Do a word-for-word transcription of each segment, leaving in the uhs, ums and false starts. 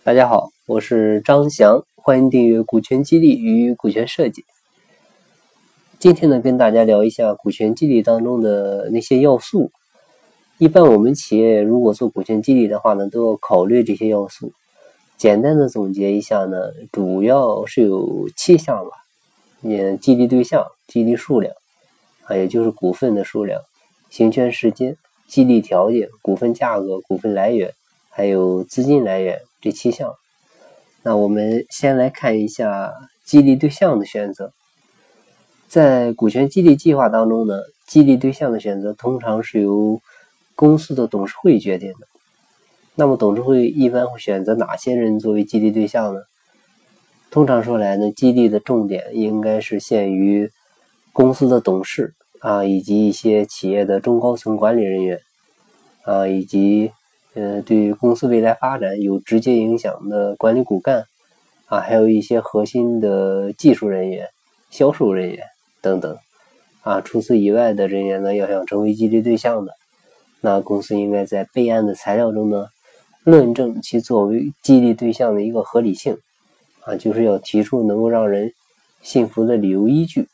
大家好，我是张翔，欢迎订阅股权激励与股权设计。今天呢，跟大家聊一下股权激励当中的那些要素。一般我们企业如果做股权激励的话呢，都要考虑这些要素。简单的总结一下呢，主要是有七项吧。嗯，激励对象、激励数量啊，也就是股份的数量、行权时间、激励条件、股份价格、股份来源，还有资金来源这七项。那我们先来看一下激励对象的选择。在股权激励计划当中呢，激励对象的选择通常是由公司的董事会决定的。那么董事会一般会选择哪些人作为激励对象呢？通常说来呢，激励的重点应该是限于公司的董事啊，以及一些企业的中高层管理人员啊，以及呃对公司未来发展有直接影响的管理骨干啊，还有一些核心的技术人员、销售人员等等啊。除此以外的人员呢，要想成为激励对象的，那公司应该在备案的材料中呢，论证其作为激励对象的一个合理性啊，就是要提出能够让人信服的理由依据。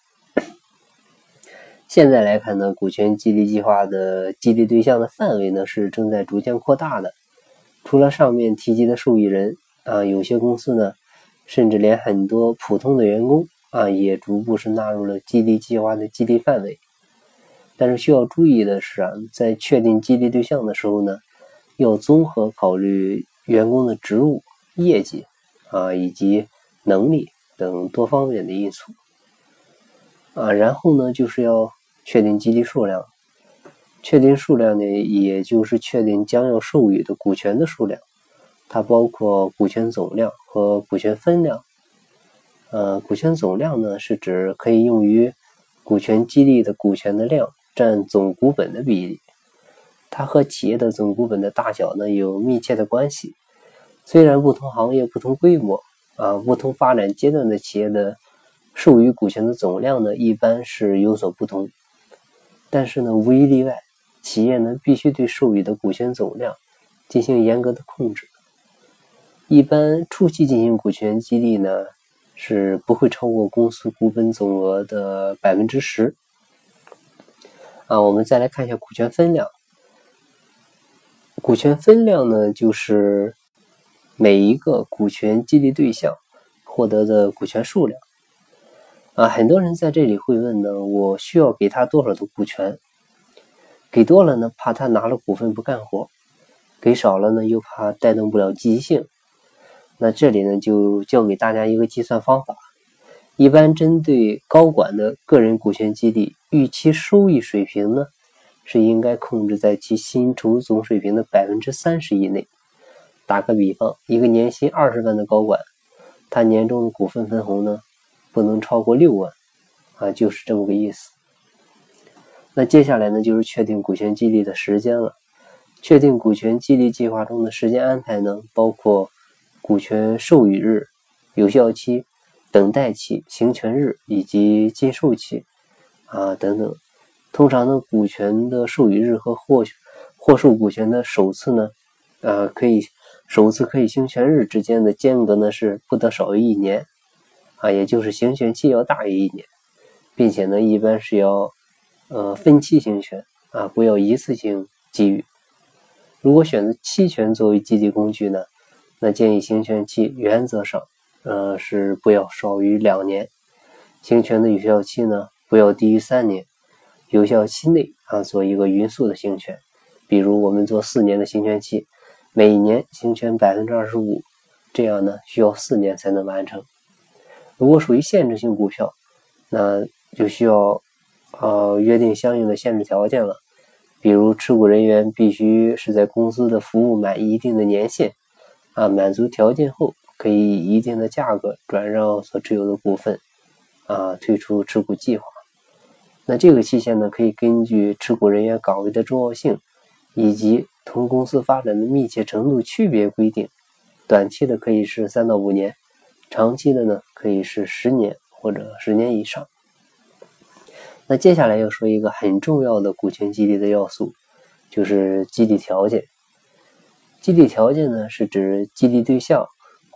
现在来看呢，股权激励计划的激励对象的范围呢是正在逐渐扩大的。除了上面提及的受益人啊，有些公司呢，甚至连很多普通的员工啊，也逐步是纳入了激励计划的激励范围。但是需要注意的是啊，在确定激励对象的时候呢，要综合考虑员工的职务、业绩啊，以及能力等多方面的因素啊。然后呢，就是要确定激励数量。确定数量呢，也就是确定将要授予的股权的数量，它包括股权总量和股权分量。呃，股权总量呢，是指可以用于股权激励的股权的量占总股本的比例，它和企业的总股本的大小呢有密切的关系。虽然不同行业、不同规模啊、不同发展阶段的企业的授予股权的总量呢，一般是有所不同，但是呢，无一例外，企业呢必须对授予的股权总量进行严格的控制。一般初期进行股权激励呢，是不会超过公司股本总额的百分之十。啊，我们再来看一下股权分量。股权分量呢，就是每一个股权激励对象获得的股权数量。啊，很多人在这里会问呢，我需要给他多少的股权？给多了呢，怕他拿了股份不干活；给少了呢，又怕带动不了积极性。那这里呢，就教给大家一个计算方法。一般针对高管的个人股权激励，预期收益水平呢，是应该控制在其薪酬总水平的百分之三十以内。打个比方，一个年薪二十万的高管，他年终的股份分红呢，不能超过六万，啊，就是这么个意思。那接下来呢，就是确定股权激励的时间了。确定股权激励计划中的时间安排呢，包括股权授予日、有效期、等待期、行权日以及禁售期啊等等。通常呢，股权的授予日和获获授股权的首次呢，啊可以首次可以行权日之间的间隔呢是不得少于一年啊，也就是行权期要大于一年，并且呢，一般是要呃分期行权啊，不要一次性给予。如果选择期权作为激励工具呢，那建议行权期原则上呃是不要少于两年，行权的有效期呢不要低于三年，有效期内啊做一个匀速的行权。比如我们做四年的行权期，每年行权百分之二十五，这样呢需要四年才能完成。如果属于限制性股票，那就需要呃约定相应的限制条件了。比如持股人员必须是在公司的服务满一定的年限啊，满足条件后，可以以一定的价格转让所持有的股份啊，退出持股计划。那这个期限呢，可以根据持股人员岗位的重要性以及同公司发展的密切程度区别规定。短期的可以是三到五年，长期的呢可以是十年或者十年以上。那接下来要说一个很重要的股权激励的要素，就是激励条件。激励条件呢，是指激励对象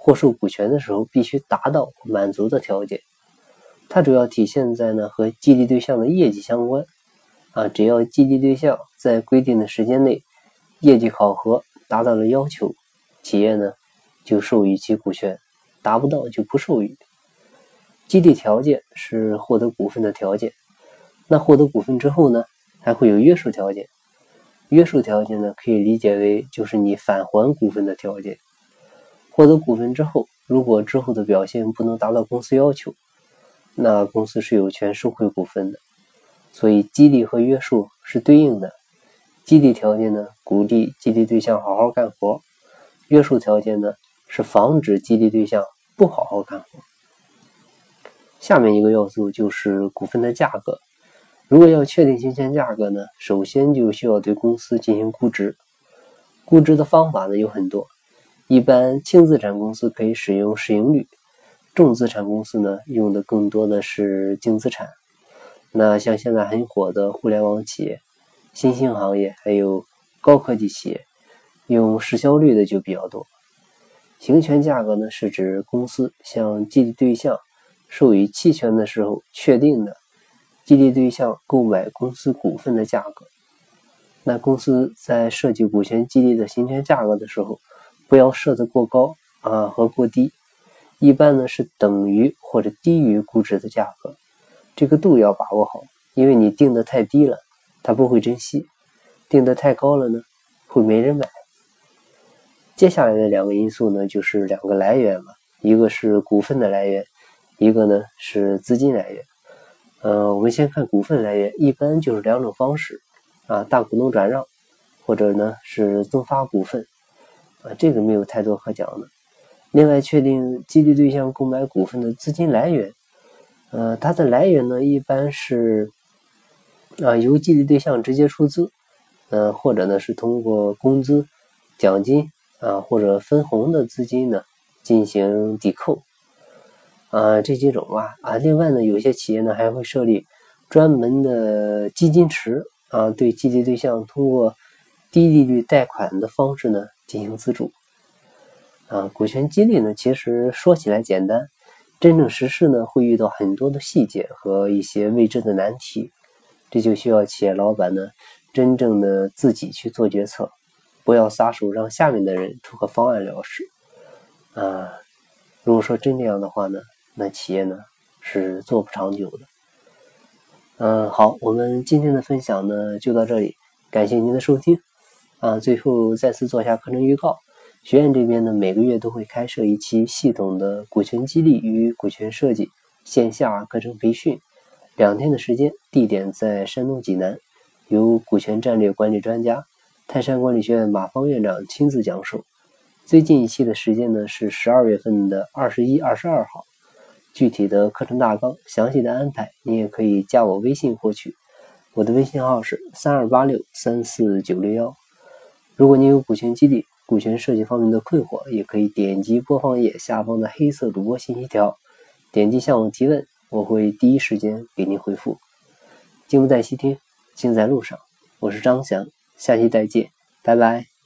获授股权的时候必须达到满足的条件。它主要体现在呢和激励对象的业绩相关啊，只要激励对象在规定的时间内业绩考核达到了要求，企业呢就授予其股权，达不到就不授予。激励条件是获得股份的条件，那获得股份之后呢，还会有约束条件。约束条件呢，可以理解为就是你返还股份的条件。获得股份之后，如果之后的表现不能达到公司要求，那公司是有权收回股份的。所以激励和约束是对应的。激励条件呢，鼓励激励对象好好干活；约束条件呢，是防止激励对象不好好干活。下面一个要素就是股份的价格。如果要确定行权价格呢，首先就需要对公司进行估值。估值的方法呢有很多，一般轻资产公司可以使用市盈率，重资产公司呢用的更多的是净资产。那像现在很火的互联网企业、新兴行业还有高科技企业，用市销率的就比较多。行权价格呢是指公司向激励对象授予期权的时候确定的激励对象购买公司股份的价格。那公司在设计股权激励的行权价格的时候，不要设得过高啊和过低，一般呢是等于或者低于估值的价格。这个度要把握好，因为你定得太低了，他不会珍惜；定得太高了呢，会没人买。接下来的两个因素呢，就是两个来源了，一个是股份的来源，一个呢是资金来源。呃，我们先看股份来源，一般就是两种方式啊，大股东转让，或者呢是增发股份啊，这个没有太多可讲的。另外，确定激励对象购买股份的资金来源。呃，它的来源呢，一般是啊由激励对象直接出资，呃，或者呢是通过工资、奖金啊或者分红的资金呢进行抵扣啊，这几种啊啊。另外呢，有些企业呢还会设立专门的基金池啊，对激励对象通过低利率贷款的方式呢进行资助啊。股权激励呢，其实说起来简单。真正实施呢，会遇到很多的细节和一些未知的难题，这就需要企业老板呢，真正的自己去做决策，不要撒手让下面的人出个方案了事。啊，如果说真这样的话呢，那企业呢是做不长久的。嗯，好，我们今天的分享呢就到这里，感谢您的收听。啊，最后再次做下课程预告。学院这边呢，每个月都会开设一期系统的股权激励与股权设计线下课程培训，两天的时间，地点在山东济南，由股权战略管理专家、泰山管理学院马方院长亲自讲授。最近一期的时间呢是十二月份的二十一、二十二号。具体的课程大纲、详细的安排，你也可以加我微信获取。我的微信号是三二八六三四九六幺。如果你有股权激励、股权设计方面的困惑，也可以点击播放页下方的黑色主播信息条，点击向我提问，我会第一时间给您回复。静不在西听，静在路上。我是张翔，下期再见，拜拜。